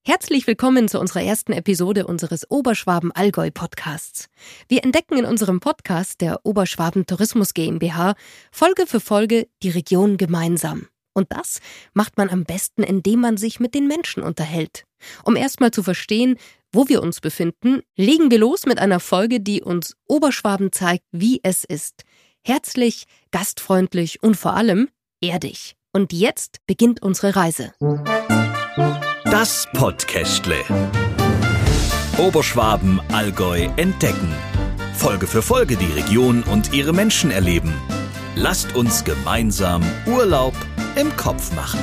Herzlich willkommen zu unserer ersten Episode unseres Oberschwaben-Allgäu-Podcasts. Wir entdecken in unserem Podcast der Oberschwaben Tourismus GmbH Folge für Folge die Region gemeinsam. Und das macht man am besten, indem man sich mit den Menschen unterhält. Um erstmal zu verstehen, wo wir uns befinden, legen wir los mit einer Folge, die uns Oberschwaben zeigt, wie es ist. Herzlich, gastfreundlich und vor allem erdig. Und jetzt beginnt unsere Reise. Das Podcastle. Oberschwaben, Allgäu entdecken. Folge für Folge die Region und ihre Menschen erleben. Lasst uns gemeinsam Urlaub im Kopf machen.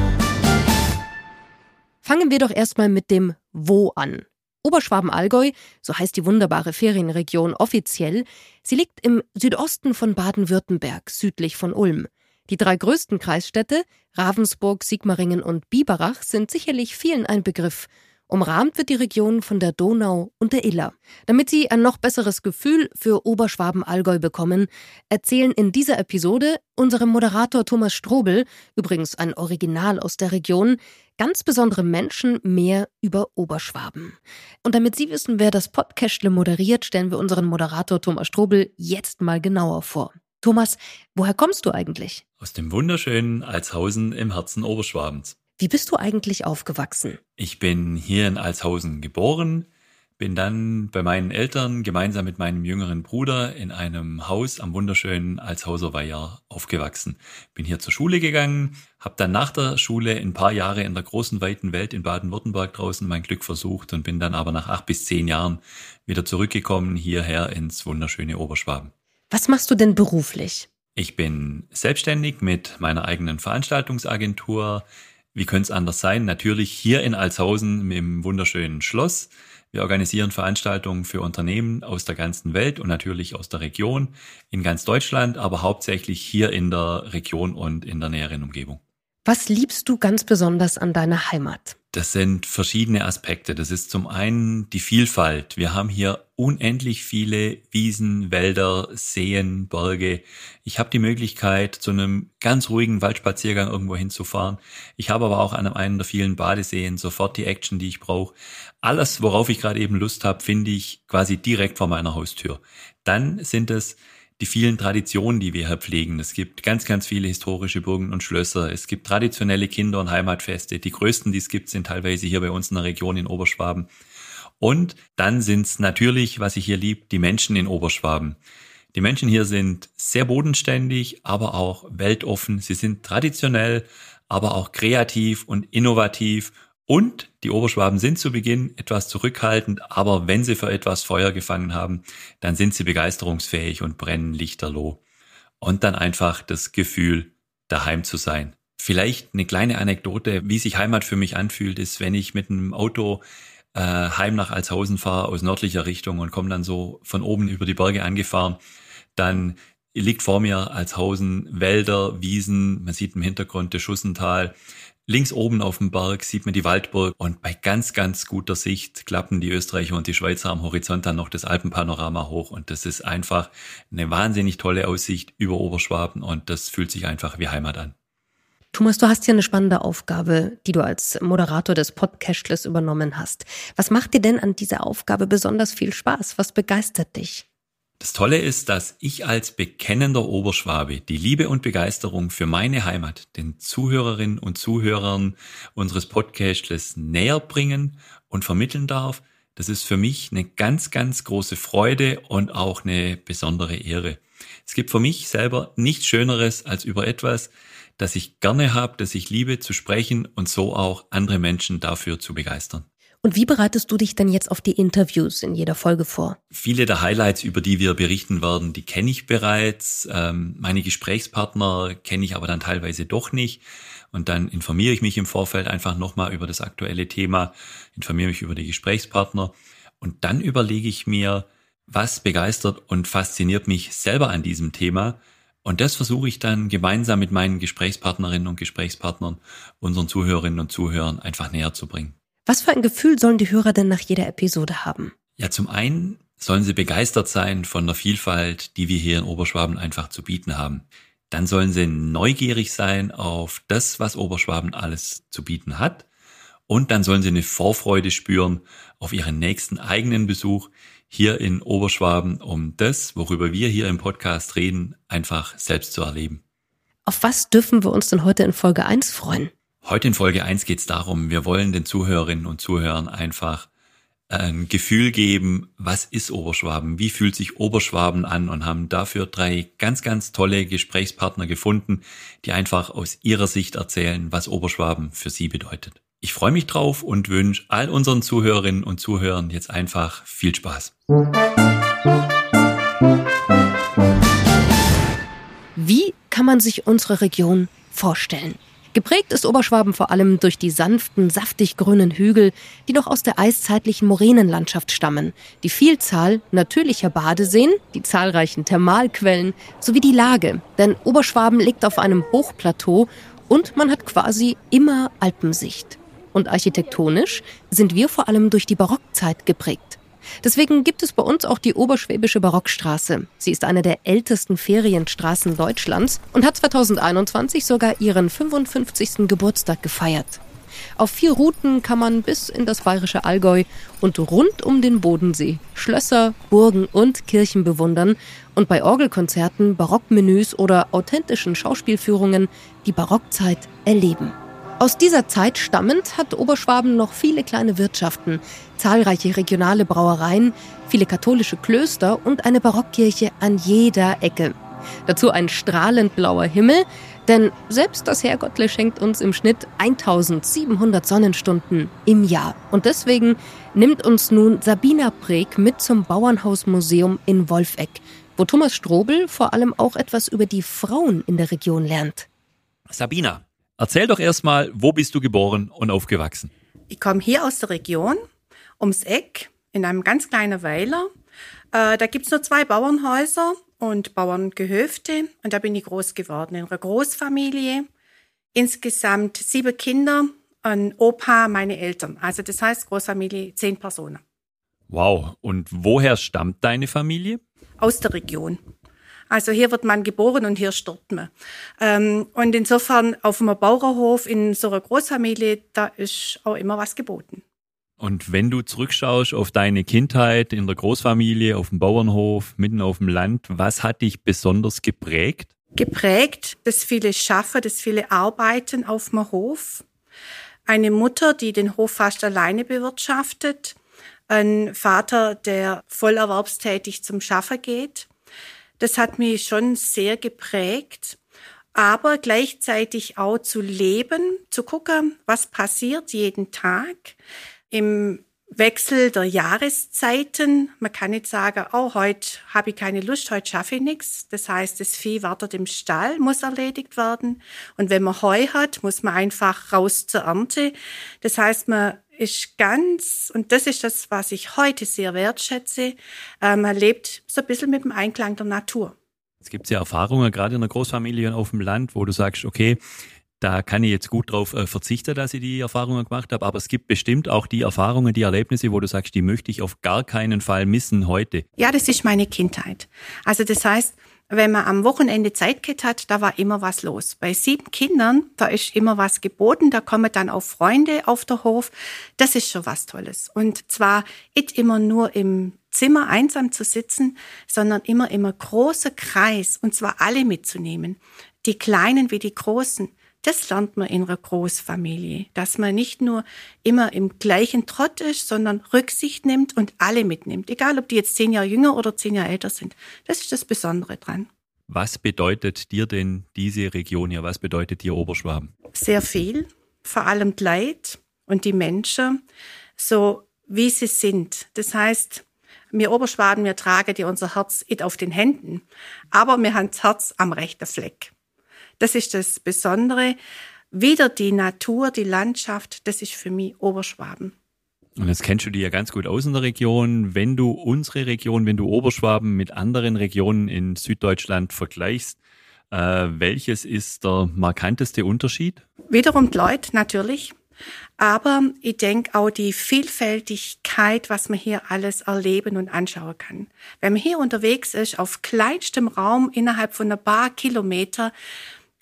Fangen wir doch erstmal mit dem Wo an. Oberschwaben-Allgäu, so heißt die wunderbare Ferienregion offiziell, sie liegt im Südosten von Baden-Württemberg, südlich von Ulm. Die 3 größten Kreisstädte, Ravensburg, Sigmaringen und Biberach, sind sicherlich vielen ein Begriff. Umrahmt wird die Region von der Donau und der Iller. Damit Sie ein noch besseres Gefühl für Oberschwaben-Allgäu bekommen, erzählen in dieser Episode unserem Moderator Thomas Strobel, übrigens ein Original aus der Region, ganz besondere Menschen mehr über Oberschwaben. Und damit Sie wissen, wer das Podcastle moderiert, stellen wir unseren Moderator Thomas Strobel jetzt mal genauer vor. Thomas, woher kommst du eigentlich? Aus dem wunderschönen Altshausen im Herzen Oberschwabens. Wie bist du eigentlich aufgewachsen? Ich bin hier in Altshausen geboren, bin dann bei meinen Eltern gemeinsam mit meinem jüngeren Bruder in einem Haus am wunderschönen Altshauser Weiher aufgewachsen. Bin hier zur Schule gegangen, habe dann nach der Schule ein paar Jahre in der großen, weiten Welt in Baden-Württemberg draußen mein Glück versucht und bin dann aber nach 8 bis 10 Jahren wieder zurückgekommen hierher ins wunderschöne Oberschwaben. Was machst du denn beruflich? Ich bin selbstständig mit meiner eigenen Veranstaltungsagentur. Wie könnte es anders sein? Natürlich hier in Altshausen im wunderschönen Schloss. Wir organisieren Veranstaltungen für Unternehmen aus der ganzen Welt und natürlich aus der Region in ganz Deutschland, aber hauptsächlich hier in der Region und in der näheren Umgebung. Was liebst du ganz besonders an deiner Heimat? Das sind verschiedene Aspekte. Das ist zum einen die Vielfalt. Wir haben hier unendlich viele Wiesen, Wälder, Seen, Berge. Ich habe die Möglichkeit, zu einem ganz ruhigen Waldspaziergang irgendwo hinzufahren. Ich habe aber auch an einem der vielen Badeseen sofort die Action, die ich brauche. Alles, worauf ich gerade eben Lust habe, finde ich quasi direkt vor meiner Haustür. Dann sind es die vielen Traditionen, die wir hier pflegen. Es gibt ganz, ganz viele historische Burgen und Schlösser. Es gibt traditionelle Kinder- und Heimatfeste. Die größten, die es gibt, sind teilweise hier bei uns in der Region in Oberschwaben. Und dann sind es natürlich, was ich hier liebe, die Menschen in Oberschwaben. Die Menschen hier sind sehr bodenständig, aber auch weltoffen. Sie sind traditionell, aber auch kreativ und innovativ. Und die Oberschwaben sind zu Beginn etwas zurückhaltend, aber wenn sie für etwas Feuer gefangen haben, dann sind sie begeisterungsfähig und brennen lichterloh. Und dann einfach das Gefühl, daheim zu sein. Vielleicht eine kleine Anekdote, wie sich Heimat für mich anfühlt, ist, wenn ich mit einem Auto heim nach Altshausen fahre aus nördlicher Richtung und komme dann so von oben über die Berge angefahren, dann liegt vor mir Altshausen Wälder, Wiesen, man sieht im Hintergrund das Schussental. Links oben auf dem Berg sieht man die Waldburg und bei ganz, ganz guter Sicht klappen die Österreicher und die Schweizer am Horizont dann noch das Alpenpanorama hoch und das ist einfach eine wahnsinnig tolle Aussicht über Oberschwaben und das fühlt sich einfach wie Heimat an. Thomas, du hast hier eine spannende Aufgabe, die du als Moderator des Podcastles übernommen hast. Was macht dir denn an dieser Aufgabe besonders viel Spaß? Was begeistert dich? Das Tolle ist, dass ich als bekennender Oberschwabe die Liebe und Begeisterung für meine Heimat den Zuhörerinnen und Zuhörern unseres Podcasts näher bringen und vermitteln darf. Das ist für mich eine ganz, ganz große Freude und auch eine besondere Ehre. Es gibt für mich selber nichts Schöneres, als über etwas, das ich gerne habe, das ich liebe, zu sprechen und so auch andere Menschen dafür zu begeistern. Und wie bereitest du dich denn jetzt auf die Interviews in jeder Folge vor? Viele der Highlights, über die wir berichten werden, die kenne ich bereits. Meine Gesprächspartner kenne ich aber dann teilweise doch nicht. Und dann informiere ich mich im Vorfeld einfach nochmal über das aktuelle Thema, informiere mich über die Gesprächspartner. Und dann überlege ich mir, was begeistert und fasziniert mich selber an diesem Thema. Und das versuche ich dann gemeinsam mit meinen Gesprächspartnerinnen und Gesprächspartnern, unseren Zuhörerinnen und Zuhörern einfach näher zu bringen. Was für ein Gefühl sollen die Hörer denn nach jeder Episode haben? Ja, zum einen sollen sie begeistert sein von der Vielfalt, die wir hier in Oberschwaben einfach zu bieten haben. Dann sollen sie neugierig sein auf das, was Oberschwaben alles zu bieten hat. und dann sollen sie eine Vorfreude spüren auf ihren nächsten eigenen Besuch hier in Oberschwaben, um das, worüber wir hier im Podcast reden, einfach selbst zu erleben. Auf was dürfen wir uns denn heute in Folge 1 freuen? Heute in Folge 1 geht es darum, wir wollen den Zuhörerinnen und Zuhörern einfach ein Gefühl geben, was ist Oberschwaben, wie fühlt sich Oberschwaben an, und haben dafür 3 ganz, ganz tolle Gesprächspartner gefunden, die einfach aus ihrer Sicht erzählen, was Oberschwaben für sie bedeutet. Ich freue mich drauf und wünsche all unseren Zuhörerinnen und Zuhörern jetzt einfach viel Spaß. Wie kann man sich unsere Region vorstellen? Geprägt ist Oberschwaben vor allem durch die sanften, saftig grünen Hügel, die noch aus der eiszeitlichen Moränenlandschaft stammen, die Vielzahl natürlicher Badeseen, die zahlreichen Thermalquellen sowie die Lage. Denn Oberschwaben liegt auf einem Hochplateau und man hat quasi immer Alpensicht. Und architektonisch sind wir vor allem durch die Barockzeit geprägt. Deswegen gibt es bei uns auch die Oberschwäbische Barockstraße. Sie ist eine der ältesten Ferienstraßen Deutschlands und hat 2021 sogar ihren 55. Geburtstag gefeiert. Auf 4 Routen kann man bis in das bayerische Allgäu und rund um den Bodensee Schlösser, Burgen und Kirchen bewundern und bei Orgelkonzerten, Barockmenüs oder authentischen Schauspielführungen die Barockzeit erleben. Aus dieser Zeit stammend hat Oberschwaben noch viele kleine Wirtschaften, zahlreiche regionale Brauereien, viele katholische Klöster und eine Barockkirche an jeder Ecke. Dazu ein strahlend blauer Himmel, denn selbst das Herrgottle schenkt uns im Schnitt 1700 Sonnenstunden im Jahr. Und deswegen nimmt uns nun Sabina Preek mit zum Bauernhausmuseum in Wolfegg, wo Thomas Strobel vor allem auch etwas über die Frauen in der Region lernt. Sabina, erzähl doch erstmal, wo bist du geboren und aufgewachsen? Ich komme hier aus der Region, ums Eck, in einem ganz kleinen Weiler. Da gibt es nur 2 Bauernhäuser und Bauerngehöfte. Und da bin ich groß geworden, in einer Großfamilie. Insgesamt 7 Kinder, ein Opa, meine Eltern. Also das heißt Großfamilie, 10 Personen. Wow, und woher stammt deine Familie? Aus der Region. Also hier wird man geboren und hier stirbt man. Und insofern auf einem Bauernhof in so einer Großfamilie, da ist auch immer was geboten. Und wenn du zurückschaust auf deine Kindheit in der Großfamilie, auf dem Bauernhof, mitten auf dem Land, was hat dich besonders geprägt? Geprägt, das viele Schaffen, das viele Arbeiten auf dem Hof. Eine Mutter, die den Hof fast alleine bewirtschaftet. Ein Vater, der vollerwerbstätig zum Schaffen geht. Das hat mich schon sehr geprägt, aber gleichzeitig auch zu leben, zu gucken, was passiert jeden Tag im Wechsel der Jahreszeiten. Man kann nicht sagen, oh, heute habe ich keine Lust, heute schaffe ich nichts. Das heißt, das Vieh wartet im Stall, muss erledigt werden. Und wenn man Heu hat, muss man einfach raus zur Ernte. Das heißt, man ist ganz, und das ist das, was ich heute sehr wertschätze, man lebt so ein bisschen mit dem Einklang der Natur. Es gibt ja Erfahrungen, gerade in der Großfamilie und auf dem Land, wo du sagst, okay, da kann ich jetzt gut drauf verzichten, dass ich die Erfahrungen gemacht habe, aber es gibt bestimmt auch die Erfahrungen, die Erlebnisse, wo du sagst, die möchte ich auf gar keinen Fall missen heute. Ja, das ist meine Kindheit. Also das heißt, wenn man am Wochenende Zeit gehabt hat, da war immer was los. Bei 7 Kindern, da ist immer was geboten, da kommen dann auch Freunde auf den Hof. Das ist schon was Tolles. Und zwar nicht immer nur im Zimmer einsam zu sitzen, sondern immer großer Kreis, und zwar alle mitzunehmen. Die Kleinen wie die Großen. Das lernt man in einer Großfamilie, dass man nicht nur immer im gleichen Trott ist, sondern Rücksicht nimmt und alle mitnimmt. Egal, ob die jetzt 10 Jahre jünger oder 10 Jahre älter sind. Das ist das Besondere dran. Was bedeutet dir denn diese Region hier? Was bedeutet dir Oberschwaben? Sehr viel, vor allem die Leute und die Menschen, so wie sie sind. Das heißt, wir Oberschwaben, wir tragen ja unser Herz nicht auf den Händen, aber wir haben das Herz am rechten Fleck. Das ist das Besondere. Wieder die Natur, die Landschaft, das ist für mich Oberschwaben. Und jetzt kennst du die ja ganz gut aus in der Region. Wenn du unsere Region, wenn du Oberschwaben mit anderen Regionen in Süddeutschland vergleichst, welches ist der markanteste Unterschied? Wiederum die Leute natürlich. Aber ich denke auch die Vielfältigkeit, was man hier alles erleben und anschauen kann. Wenn man hier unterwegs ist, auf kleinstem Raum innerhalb von ein paar Kilometer, kann man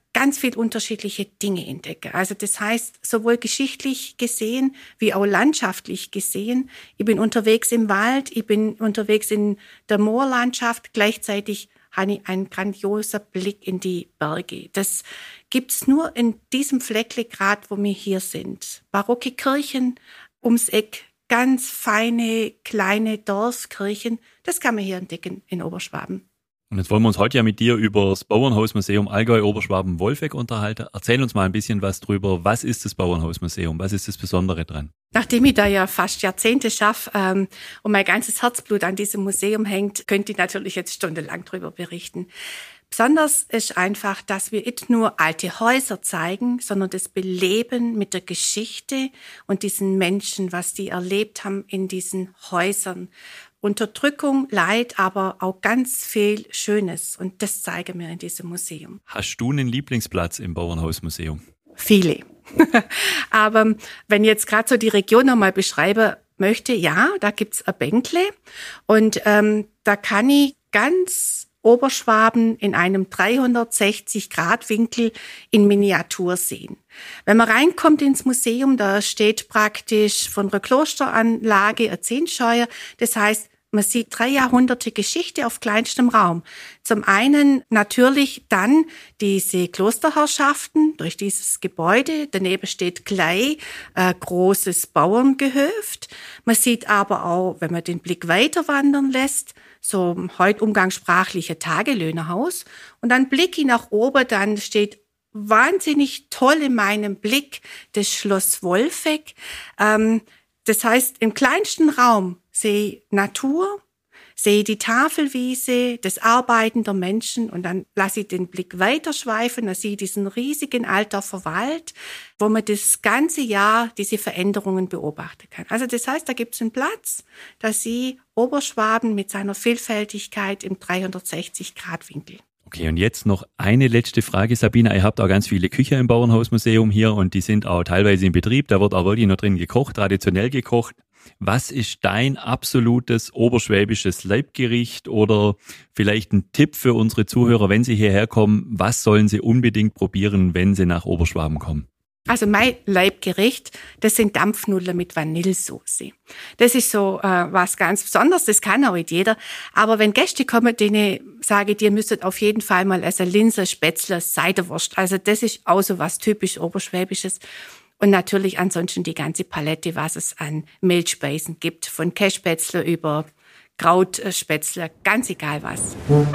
ganz viel unterschiedliche Dinge entdecke. Also das heißt, sowohl geschichtlich gesehen wie auch landschaftlich gesehen. Ich bin unterwegs im Wald, ich bin unterwegs in der Moorlandschaft, gleichzeitig habe ich einen grandiosen Blick in die Berge. Das gibt's nur in diesem Fleckle grad, wo wir hier sind. Barocke Kirchen ums Eck, ganz feine, kleine Dorfkirchen, das kann man hier entdecken in Oberschwaben. Und jetzt wollen wir uns heute ja mit dir über das Bauernhausmuseum Allgäu-Oberschwaben-Wolfegg unterhalten. Erzähl uns mal ein bisschen was drüber. Was ist das Bauernhausmuseum? Was ist das Besondere dran? Nachdem ich da ja fast Jahrzehnte schaffe und mein ganzes Herzblut an diesem Museum hängt, könnte ich natürlich jetzt stundenlang drüber berichten. Besonders ist einfach, dass wir nicht nur alte Häuser zeigen, sondern das Beleben mit der Geschichte und diesen Menschen, was die erlebt haben in diesen Häusern. Unterdrückung, Leid, aber auch ganz viel Schönes. Und das zeigen wir in diesem Museum. Hast du einen Lieblingsplatz im Bauernhausmuseum? Viele. Aber wenn ich jetzt gerade so die Region nochmal beschreiben möchte, ja, da gibt's ein Bänkle. Und da kann ich ganz Oberschwaben in einem 360-Grad-Winkel in Miniatur sehen. Wenn man reinkommt ins Museum, da steht praktisch von der Klosteranlage eine Zehntscheuer. Das heißt, man sieht 3 Jahrhunderte Geschichte auf kleinstem Raum. Zum einen natürlich dann diese Klosterherrschaften durch dieses Gebäude. Daneben steht gleich ein großes Bauerngehöft. Man sieht aber auch, wenn man den Blick weiter wandern lässt, so heute umgangssprachliche Tagelöhnerhaus. Und dann blicke ich nach oben, dann steht wahnsinnig toll in meinem Blick das Schloss Wolfegg. Das heißt, im kleinsten Raum sehe ich Natur, sehe die Tafelwiese, das Arbeiten der Menschen und dann lasse ich den Blick weiterschweifen, dann sehe ich diesen riesigen Altdorfer Wald, wo man das ganze Jahr diese Veränderungen beobachten kann. Also das heißt, da gibt es einen Platz, da sehe ich Oberschwaben mit seiner Vielfältigkeit im 360-Grad-Winkel. Okay, und jetzt noch eine letzte Frage, Sabina. Ihr habt auch ganz viele Küchen im Bauernhausmuseum hier und die sind auch teilweise in Betrieb. Da wird auch wirklich noch drin gekocht, traditionell gekocht. Was ist dein absolutes oberschwäbisches Leibgericht oder vielleicht ein Tipp für unsere Zuhörer, wenn sie hierher kommen? Was sollen sie unbedingt probieren, wenn sie nach Oberschwaben kommen? Also mein Leibgericht, das sind Dampfnudeln mit Vanillesoße. Das ist so was ganz Besonderes, das kann auch nicht jeder. Aber wenn Gäste kommen, denen sage ich, ihr müsstet auf jeden Fall mal Linse, Spätzle, Seidewurst. Also das ist auch so was typisch Oberschwäbisches. Und natürlich ansonsten die ganze Palette, was es an Milchspeisen gibt. Von Kässpätzle über Krautspätzle, ganz egal was.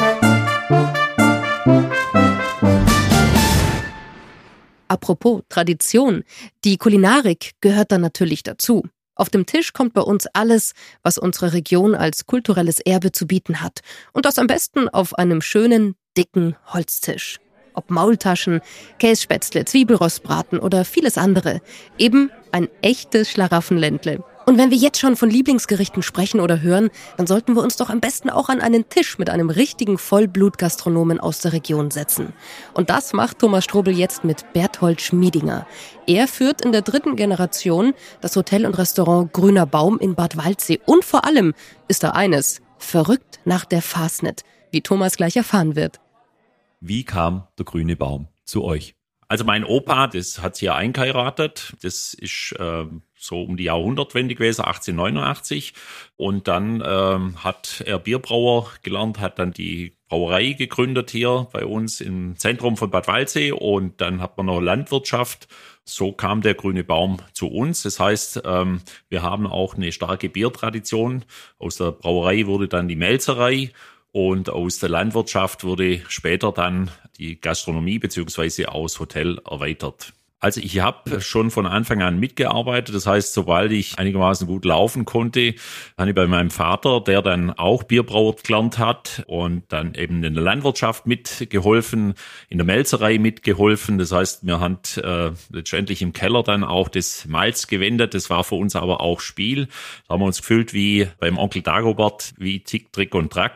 Apropos Tradition, die Kulinarik gehört da natürlich dazu. Auf dem Tisch kommt bei uns alles, was unsere Region als kulturelles Erbe zu bieten hat. Und das am besten auf einem schönen, dicken Holztisch. Ob Maultaschen, Kässpätzle, Zwiebelrostbraten oder vieles andere. Eben ein echtes Schlaraffenländle. Und wenn wir jetzt schon von Lieblingsgerichten sprechen oder hören, dann sollten wir uns doch am besten auch an einen Tisch mit einem richtigen Vollblutgastronomen aus der Region setzen. Und das macht Thomas Strobel jetzt mit Berthold Schmiedinger. Er führt in der 3. Generation das Hotel und Restaurant Grüner Baum in Bad Waldsee. Und vor allem ist er eines, verrückt nach der Fasnet, wie Thomas gleich erfahren wird. Wie kam der Grüne Baum zu euch? Also mein Opa, das hat hier eingeheiratet. Das ist so um die Jahrhundertwende gewesen, 1889. Und dann hat er Bierbrauer gelernt, hat dann die Brauerei gegründet hier bei uns im Zentrum von Bad Waldsee. Und dann hat man noch Landwirtschaft. So kam der Grüne Baum zu uns. Das heißt, wir haben auch eine starke Biertradition. Aus der Brauerei wurde dann die Melzerei. Und aus der Landwirtschaft wurde später dann die Gastronomie beziehungsweise auch das Hotel erweitert. Also ich habe schon von Anfang an mitgearbeitet. Das heißt, sobald ich einigermaßen gut laufen konnte, habe ich bei meinem Vater, der dann auch Bierbrauer gelernt hat und dann eben in der Landwirtschaft mitgeholfen, in der Melzerei mitgeholfen. Das heißt, wir haben letztendlich im Keller dann auch das Malz gewendet. Das war für uns aber auch Spiel. Da haben wir uns gefühlt wie beim Onkel Dagobert, wie Tick, Trick und Track.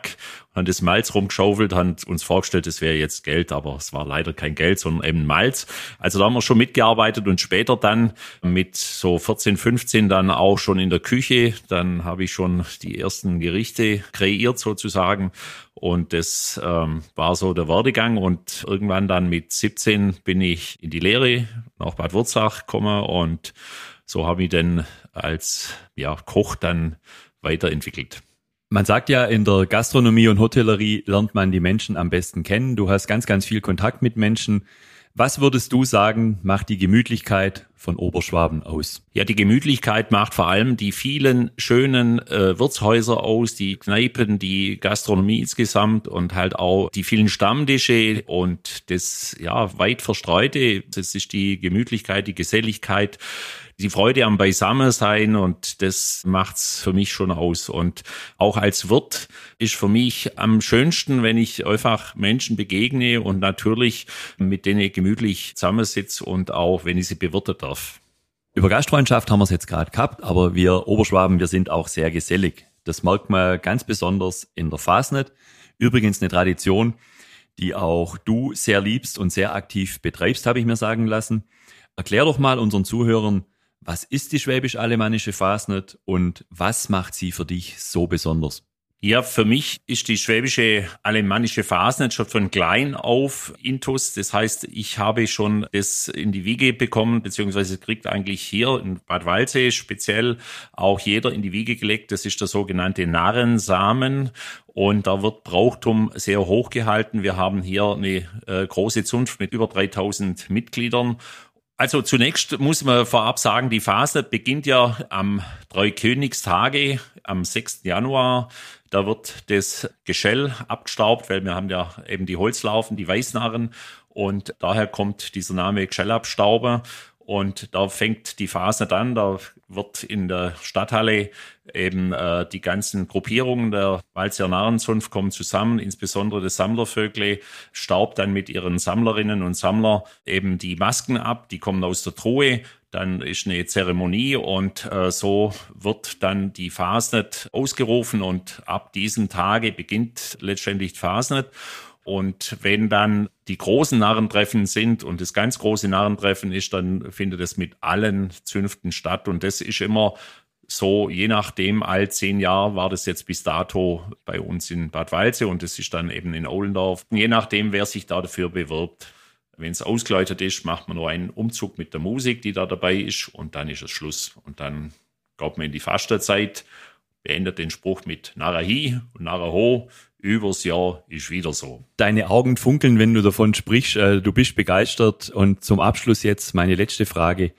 haben das Malz rumgeschaufelt, haben uns vorgestellt, das wäre jetzt Geld, aber es war leider kein Geld, sondern eben Malz. Also da haben wir schon mitgearbeitet und später dann mit so 14, 15 dann auch schon in der Küche. Dann habe ich schon die ersten Gerichte kreiert sozusagen. Und das war so der Werdegang. Und irgendwann dann mit 17 bin ich in die Lehre nach Bad Wurzach gekommen und so habe ich dann als Koch dann weiterentwickelt. Man sagt ja, in der Gastronomie und Hotellerie lernt man die Menschen am besten kennen. Du hast ganz, ganz viel Kontakt mit Menschen. Was würdest du sagen, macht die Gemütlichkeit von Oberschwaben aus? Ja, die Gemütlichkeit macht vor allem die vielen schönen Wirtshäuser aus, die Kneipen, die Gastronomie insgesamt und halt auch die vielen Stammtische und das weit verstreute. Das ist die Gemütlichkeit, die Geselligkeit, die Freude am Beisammensein und das macht's für mich schon aus. Und auch als Wirt ist für mich am schönsten, wenn ich einfach Menschen begegne und natürlich mit denen gemütlich zusammensitze und auch, wenn ich sie bewirten darf. Über Gastfreundschaft haben wir es jetzt gerade gehabt, aber wir Oberschwaben, wir sind auch sehr gesellig. Das merkt man ganz besonders in der Fasnet. Übrigens eine Tradition, die auch du sehr liebst und sehr aktiv betreibst, habe ich mir sagen lassen. Erklär doch mal unseren Zuhörern, was ist die schwäbisch-alemannische Fasnet und was macht sie für dich so besonders? Ja, für mich ist die schwäbische-alemannische Fasnet schon von klein auf Intus. Das heißt, ich habe schon das in die Wiege bekommen, beziehungsweise kriegt eigentlich hier in Bad Waldsee speziell auch jeder in die Wiege gelegt. Das ist der sogenannte Narrensamen. Und da wird Brauchtum sehr hoch gehalten. Wir haben hier eine große Zunft mit über 3000 Mitgliedern. Also zunächst muss man vorab sagen, die Fasnet beginnt ja am Dreikönigstage, am 6. Januar. Da wird das Geschell abgestaubt, weil wir haben ja eben die Holzlaufen, die Weißnarren. Und daher kommt dieser Name Geschellabstauber. Und da fängt die Fasnet an, da wird in der Stadthalle eben die ganzen Gruppierungen der Walser Narrenzunft kommen zusammen, insbesondere das Sammlervögle staubt dann mit ihren Sammlerinnen und Sammlern eben die Masken ab, die kommen aus der Truhe. Dann ist eine Zeremonie und so wird dann die Fasnet ausgerufen und ab diesem Tage beginnt letztendlich die Fasnet. Und wenn dann die großen Narrentreffen sind und das ganz große Narrentreffen ist, dann findet es mit allen Zünften statt. Und das ist immer so, je nachdem, all 10 Jahre war das jetzt bis dato bei uns in Bad Waldsee und das ist dann eben in Ohlendorf. Je nachdem, wer sich da dafür bewirbt. Wenn es ausgeläutet ist, macht man nur einen Umzug mit der Musik, die da dabei ist und dann ist es Schluss. Und dann geht man in die Fastenzeit, beendet den Spruch mit Narahi und Naraho. Übers Jahr ist wieder so. Deine Augen funkeln, wenn du davon sprichst. Du bist begeistert. Und zum Abschluss jetzt meine letzte Frage.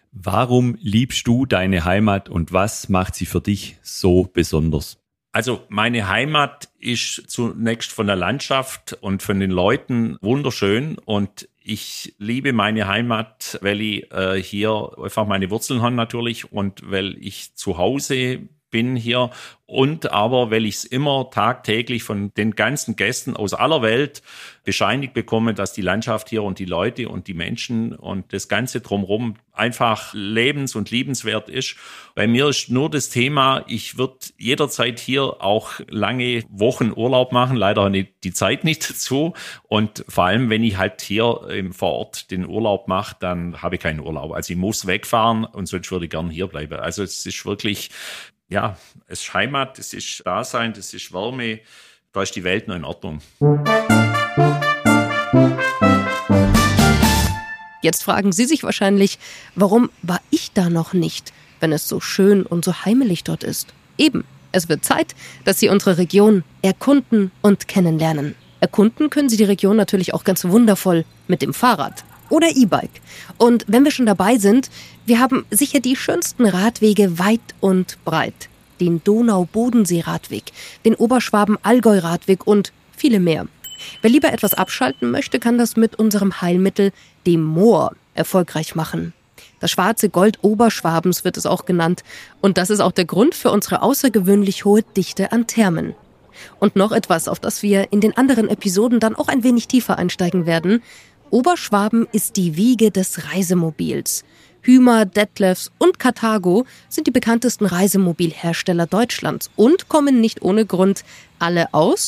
Warum liebst du deine Heimat und was macht sie für dich so besonders? Also meine Heimat ist zunächst von der Landschaft und von den Leuten wunderschön und ich liebe meine Heimat, weil ich hier einfach meine Wurzeln habe natürlich und weil ich zu Hause bin hier und aber weil ich es immer tagtäglich von den ganzen Gästen aus aller Welt bescheinigt bekomme, dass die Landschaft hier und die Leute und die Menschen und das Ganze drumherum einfach lebens- und liebenswert ist. Bei mir ist nur das Thema, ich würde jederzeit hier auch lange Wochen Urlaub machen, leider die Zeit nicht dazu und vor allem, wenn ich halt hier vor Ort den Urlaub mache, dann habe ich keinen Urlaub. Also ich muss wegfahren und sonst würde ich gern hier bleiben. Also es ist wirklich... Ja, es ist Heimat, es ist Dasein, es ist Wärme, da ist die Welt noch in Ordnung. Jetzt fragen Sie sich wahrscheinlich, warum war ich da noch nicht, wenn es so schön und so heimelig dort ist? Eben, es wird Zeit, dass Sie unsere Region erkunden und kennenlernen. Erkunden können Sie die Region natürlich auch ganz wundervoll mit dem Fahrrad oder E-Bike. Und wenn wir schon dabei sind, wir haben sicher die schönsten Radwege weit und breit. Den Donau-Bodensee-Radweg, den Oberschwaben-Allgäu-Radweg und viele mehr. Wer lieber etwas abschalten möchte, kann das mit unserem Heilmittel, dem Moor, erfolgreich machen. Das schwarze Gold Oberschwabens wird es auch genannt. Und das ist auch der Grund für unsere außergewöhnlich hohe Dichte an Thermen. Und noch etwas, auf das wir in den anderen Episoden dann auch ein wenig tiefer einsteigen werden. Oberschwaben ist die Wiege des Reisemobils. Hymer, Detlefs und Carthago sind die bekanntesten Reisemobilhersteller Deutschlands und kommen nicht ohne Grund alle aus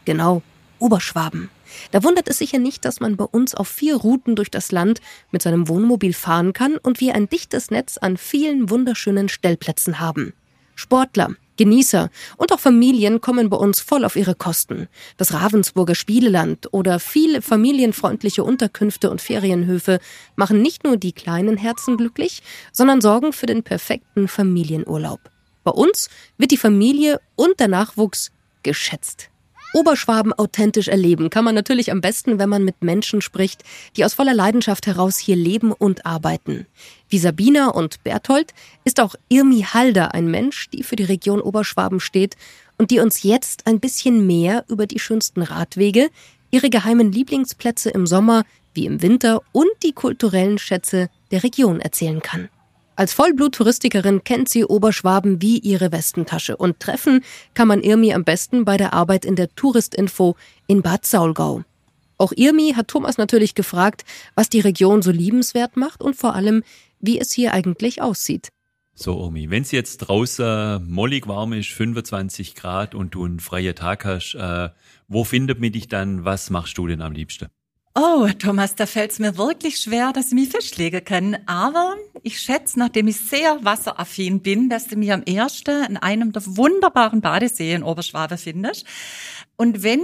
Genau, Oberschwaben. Da wundert es sicher nicht, dass man bei uns auf 4 Routen durch das Land mit seinem Wohnmobil fahren kann und wir ein dichtes Netz an vielen wunderschönen Stellplätzen haben. Sportler, Genießer und auch Familien kommen bei uns voll auf ihre Kosten. Das Ravensburger Spieleland oder viele familienfreundliche Unterkünfte und Ferienhöfe machen nicht nur die kleinen Herzen glücklich, sondern sorgen für den perfekten Familienurlaub. Bei uns wird die Familie und der Nachwuchs geschätzt. Oberschwaben authentisch erleben kann man natürlich am besten, wenn man mit Menschen spricht, die aus voller Leidenschaft heraus hier leben und arbeiten. Wie Sabina und Berthold ist auch Irmi Halder ein Mensch, die für die Region Oberschwaben steht und die uns jetzt ein bisschen mehr über die schönsten Radwege, ihre geheimen Lieblingsplätze im Sommer wie im Winter und die kulturellen Schätze der Region erzählen kann. Als Vollblut-Touristikerin kennt sie Oberschwaben wie ihre Westentasche und treffen kann man Irmi am besten bei der Arbeit in der Touristinfo in Bad Saulgau. Auch Irmi hat Thomas natürlich gefragt, was die Region so liebenswert macht und vor allem, wie es hier eigentlich aussieht. So, Irmi, wenn es jetzt draußen mollig warm ist, 25 Grad und du einen freien Tag hast, wo findet man dich dann? Was machst du denn am liebsten? Oh, Thomas, da fällt es mir wirklich schwer, dass ich mich festlegen kann. Aber ich schätze, nachdem ich sehr wasseraffin bin, dass du mich am ersten in einem der wunderbaren Badeseen in Oberschwaben findest. Und wenn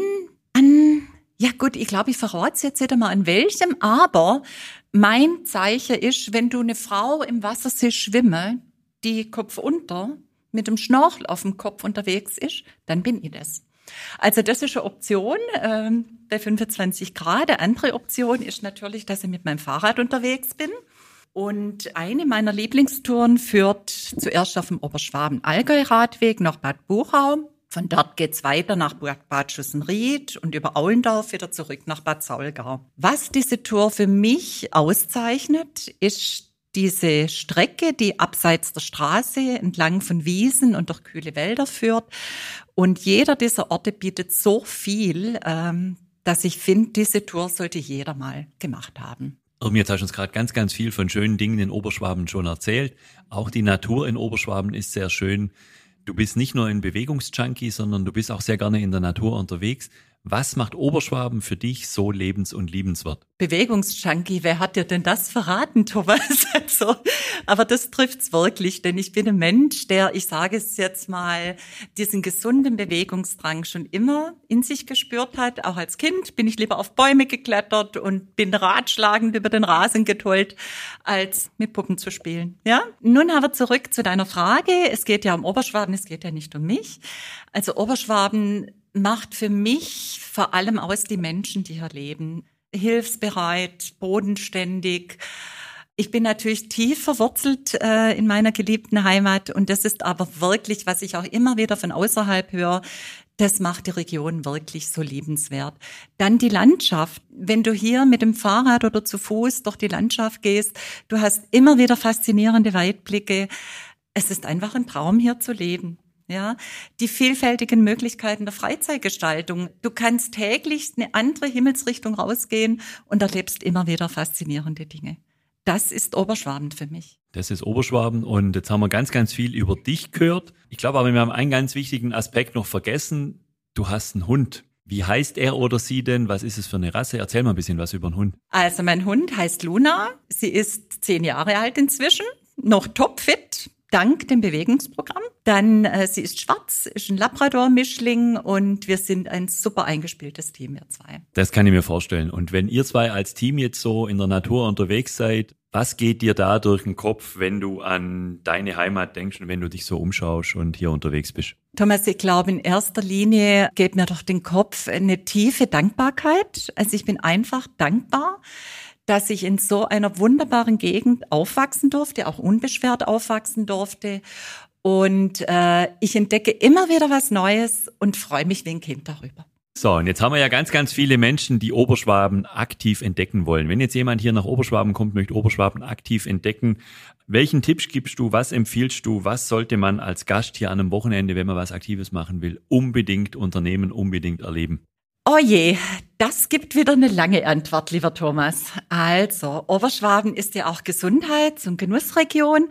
ja gut, ich glaube, ich verrate es jetzt nicht einmal an welchem, aber mein Zeichen ist, wenn du eine Frau im Wasser siehst schwimmen, die Kopf unter, mit dem Schnorchel auf dem Kopf unterwegs ist, dann bin ich das. Also das ist eine Option bei 25 Grad. Eine andere Option ist natürlich, dass ich mit meinem Fahrrad unterwegs bin. Und eine meiner Lieblingstouren führt zuerst auf dem Oberschwaben-Allgäu-Radweg nach Bad Buchau. Von dort geht's weiter nach Bad Schussenried und über Aulendorf wieder zurück nach Bad Saulgau. Was diese Tour für mich auszeichnet, ist diese Strecke, die abseits der Straße entlang von Wiesen und durch kühle Wälder führt. Und jeder dieser Orte bietet so viel, dass ich finde, diese Tour sollte jeder mal gemacht haben. Irmi, jetzt hast du uns gerade ganz, ganz viel von schönen Dingen in Oberschwaben schon erzählt. Auch die Natur in Oberschwaben ist sehr schön. Du bist nicht nur ein Bewegungsjunkie, sondern du bist auch sehr gerne in der Natur unterwegs. Was macht Oberschwaben für dich so lebens- und liebenswert? Bewegungsjunkie, wer hat dir denn das verraten, Thomas? Also, aber das trifft's wirklich, denn ich bin ein Mensch, der, ich sage es jetzt mal, diesen gesunden Bewegungsdrang schon immer in sich gespürt hat. Auch als Kind bin ich lieber auf Bäume geklettert und bin ratschlagend über den Rasen getollt, als mit Puppen zu spielen. Ja? Nun aber zurück zu deiner Frage. Es geht ja um Oberschwaben, es geht ja nicht um mich. Also Oberschwaben macht für mich vor allem aus die Menschen, die hier leben. Hilfsbereit, bodenständig. Ich bin natürlich tief verwurzelt in meiner geliebten Heimat und das ist aber wirklich, was ich auch immer wieder von außerhalb höre, das macht die Region wirklich so liebenswert. Dann die Landschaft. Wenn du hier mit dem Fahrrad oder zu Fuß durch die Landschaft gehst, du hast immer wieder faszinierende Weitblicke. Es ist einfach ein Traum, hier zu leben. Ja, die vielfältigen Möglichkeiten der Freizeitgestaltung. Du kannst täglich eine andere Himmelsrichtung rausgehen und erlebst immer wieder faszinierende Dinge. Das ist Oberschwaben für mich. Das ist Oberschwaben und jetzt haben wir ganz, ganz viel über dich gehört. Ich glaube aber, wir haben einen ganz wichtigen Aspekt noch vergessen. Du hast einen Hund. Wie heißt er oder sie denn? Was ist es für eine Rasse? Erzähl mal ein bisschen was über den Hund. Also mein Hund heißt Luna. Sie ist 10 Jahre alt inzwischen, noch topfit. Dank dem Bewegungsprogramm. Dann, sie ist schwarz, ist ein Labrador-Mischling und wir sind ein super eingespieltes Team, wir zwei. Das kann ich mir vorstellen. Und wenn ihr zwei als Team jetzt so in der Natur unterwegs seid, was geht dir da durch den Kopf, wenn du an deine Heimat denkst und wenn du dich so umschaust und hier unterwegs bist? Thomas, ich glaube, in erster Linie geht mir durch den Kopf eine tiefe Dankbarkeit. Also ich bin einfach dankbar, dass ich in so einer wunderbaren Gegend aufwachsen durfte, auch unbeschwert aufwachsen durfte. Und ich entdecke immer wieder was Neues und freue mich wie ein Kind darüber. So, und jetzt haben wir ja ganz, ganz viele Menschen, die Oberschwaben aktiv entdecken wollen. Wenn jetzt jemand hier nach Oberschwaben kommt, möchte Oberschwaben aktiv entdecken, welchen Tipps gibst du, was empfiehlst du, was sollte man als Gast hier an einem Wochenende, wenn man was Aktives machen will, unbedingt unternehmen, unbedingt erleben? Oh je, das gibt wieder eine lange Antwort, lieber Thomas. Also, Oberschwaben ist ja auch Gesundheits- und Genussregion.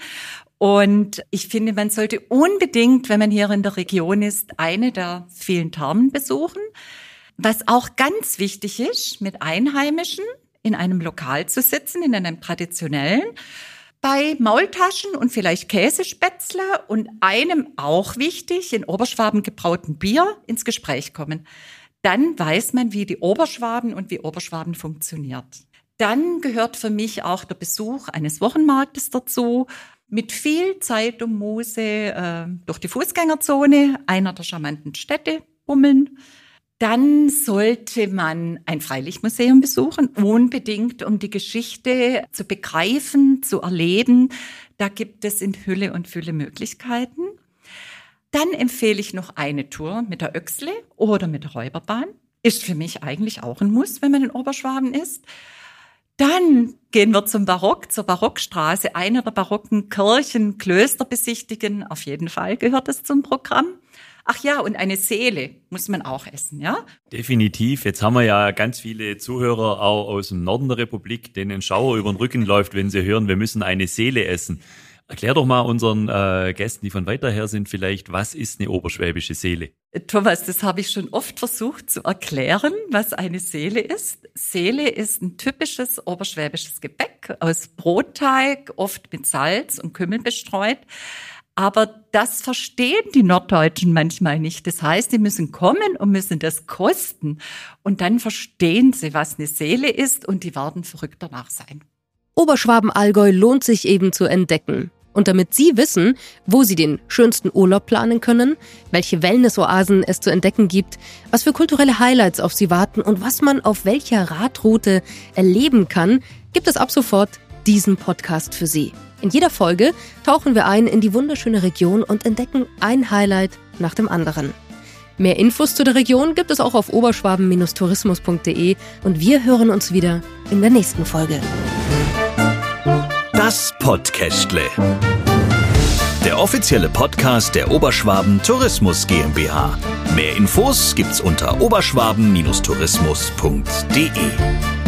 Und ich finde, man sollte unbedingt, wenn man hier in der Region ist, eine der vielen Thermen besuchen. Was auch ganz wichtig ist, mit Einheimischen in einem Lokal zu sitzen, in einem traditionellen, bei Maultaschen und vielleicht Käsespätzle und einem auch wichtig, in Oberschwaben gebrauten Bier ins Gespräch kommen. Dann weiß man, wie die Oberschwaben und wie Oberschwaben funktioniert. Dann gehört für mich auch der Besuch eines Wochenmarktes dazu, mit viel Zeit und Muße durch die Fußgängerzone einer der charmanten Städte bummeln. Dann sollte man ein Freilichtmuseum besuchen, unbedingt, um die Geschichte zu begreifen, zu erleben. Da gibt es in Hülle und Fülle Möglichkeiten. Dann empfehle ich noch eine Tour mit der Öxle oder mit der Räuberbahn. Ist für mich eigentlich auch ein Muss, wenn man in Oberschwaben ist. Dann gehen wir zum Barock, zur Barockstraße, eine der barocken Kirchen, Klöster besichtigen. Auf jeden Fall gehört es zum Programm. Ach ja, und eine Seele muss man auch essen, ja? Definitiv. Jetzt haben wir ja ganz viele Zuhörer auch aus dem Norden der Republik, denen ein Schauer über den Rücken läuft, wenn sie hören, wir müssen eine Seele essen. Erklär doch mal unseren Gästen, die von weiter her sind, vielleicht, was ist eine oberschwäbische Seele? Thomas, das habe ich schon oft versucht zu erklären, was eine Seele ist. Seele ist ein typisches oberschwäbisches Gebäck aus Brotteig, oft mit Salz und Kümmel bestreut. Aber das verstehen die Norddeutschen manchmal nicht. Das heißt, die müssen kommen und müssen das kosten. Und dann verstehen sie, was eine Seele ist, und die werden verrückt danach sein. Oberschwaben-Allgäu lohnt sich eben zu entdecken. Und damit Sie wissen, wo Sie den schönsten Urlaub planen können, welche Wellness-Oasen es zu entdecken gibt, was für kulturelle Highlights auf Sie warten und was man auf welcher Radroute erleben kann, gibt es ab sofort diesen Podcast für Sie. In jeder Folge tauchen wir ein in die wunderschöne Region und entdecken ein Highlight nach dem anderen. Mehr Infos zu der Region gibt es auch auf oberschwaben-tourismus.de und wir hören uns wieder in der nächsten Folge. Das Podcastle. Der offizielle Podcast der Oberschwaben Tourismus GmbH. Mehr Infos gibt's unter oberschwaben-tourismus.de.